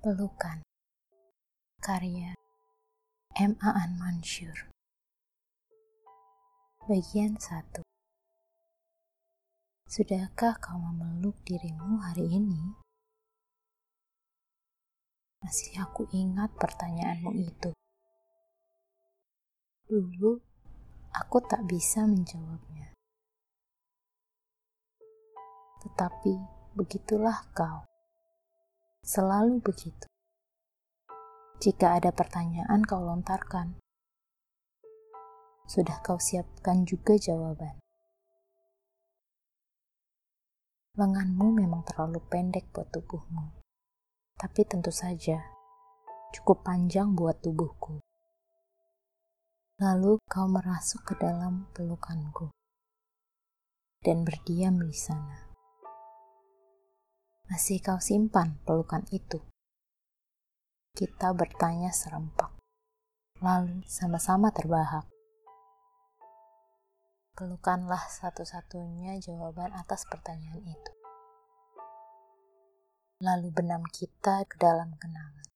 Pelukan, karya M. Aan Mansyur. Bagian 1. Sudahkah kau memeluk dirimu hari ini? Masih aku ingat pertanyaanmu itu. Dulu, aku tak bisa menjawabnya. Tetapi, begitulah kau. Selalu begitu. Jika ada pertanyaan kau lontarkan, sudah kau siapkan juga jawaban. Lenganmu memang terlalu pendek buat tubuhmu, tapi tentu saja cukup panjang buat tubuhku. Lalu kau merasuk ke dalam pelukanku dan berdiam di sana. Masih kau simpan pelukan itu? Kita bertanya serempak, lalu sama-sama terbahak. Pelukanlah satu-satunya jawaban atas pertanyaan itu. Lalu benam kita ke dalam kenangan.